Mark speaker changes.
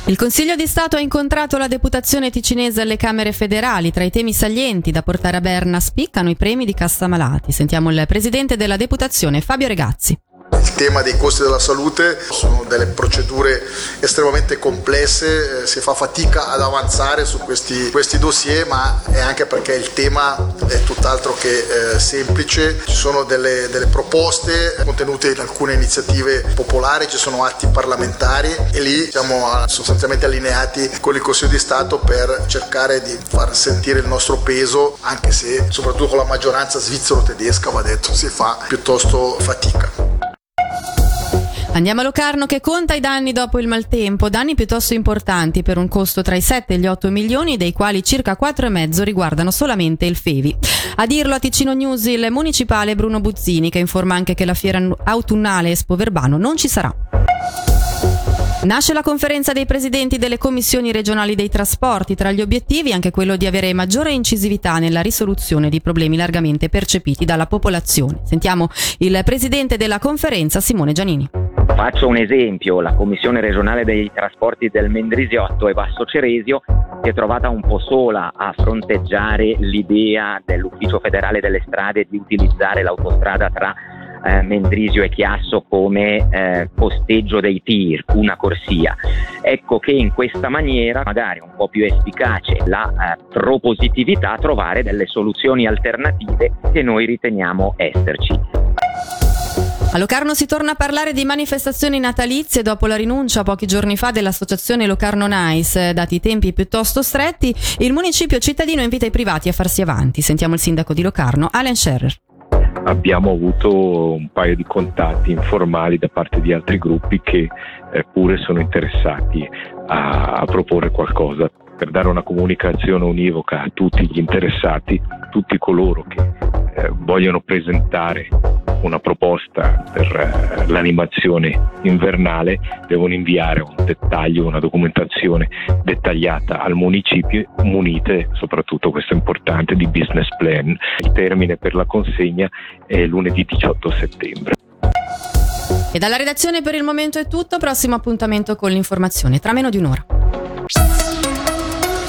Speaker 1: Il Consiglio di Stato ha incontrato la deputazione ticinese alle Camere federali. Tra i temi salienti da portare a Berna spiccano i premi di cassa malati. Sentiamo il presidente della deputazione, Fabio Regazzi.
Speaker 2: Il tema dei costi della salute sono delle procedure estremamente complesse, si fa fatica ad avanzare su questi dossier, ma è anche perché il tema è tutt'altro che semplice. Ci sono delle proposte contenute in alcune iniziative popolari, ci sono atti parlamentari e lì siamo sostanzialmente allineati con il Consiglio di Stato per cercare di far sentire il nostro peso, anche se soprattutto con la maggioranza svizzero-tedesca, va detto, si fa piuttosto fatica.
Speaker 1: Andiamo a Locarno che conta i danni dopo il maltempo, danni piuttosto importanti per un costo tra i 7 e gli 8 milioni, dei quali circa 4,5 riguardano solamente il Fevi. A dirlo a Ticino News il municipale Bruno Buzzini, che informa anche che la fiera autunnale Expo Verbano non ci sarà. Nasce la conferenza dei presidenti delle commissioni regionali dei trasporti, tra gli obiettivi anche quello di avere maggiore incisività nella risoluzione di problemi largamente percepiti dalla popolazione. Sentiamo il presidente della conferenza, Simone Giannini.
Speaker 3: Faccio un esempio: la commissione regionale dei trasporti del Mendrisiotto e Basso Ceresio si è trovata un po' sola a fronteggiare l'idea dell'Ufficio federale delle strade di utilizzare l'autostrada tra Mendrisio e Chiasso come posteggio dei tir, una corsia. Ecco che in questa maniera, magari un po' più efficace, la propositività a trovare delle soluzioni alternative che noi riteniamo esserci.
Speaker 1: A Locarno si torna a parlare di manifestazioni natalizie dopo la rinuncia pochi giorni fa dell'associazione Locarno Nice. Dati i tempi piuttosto stretti, il municipio cittadino invita i privati a farsi avanti. Sentiamo il sindaco di Locarno, Alan Scherer.
Speaker 4: Abbiamo avuto un paio di contatti informali da parte di altri gruppi che pure sono interessati a proporre qualcosa per dare una comunicazione univoca a tutti gli interessati, tutti coloro che vogliono presentare una proposta per l'animazione invernale devono inviare un dettaglio, una documentazione dettagliata al municipio, munite, soprattutto questo è importante, di business plan. Il termine per la consegna è lunedì 18 settembre.
Speaker 1: E dalla redazione per il momento è tutto, prossimo appuntamento con l'informazione tra meno di un'ora.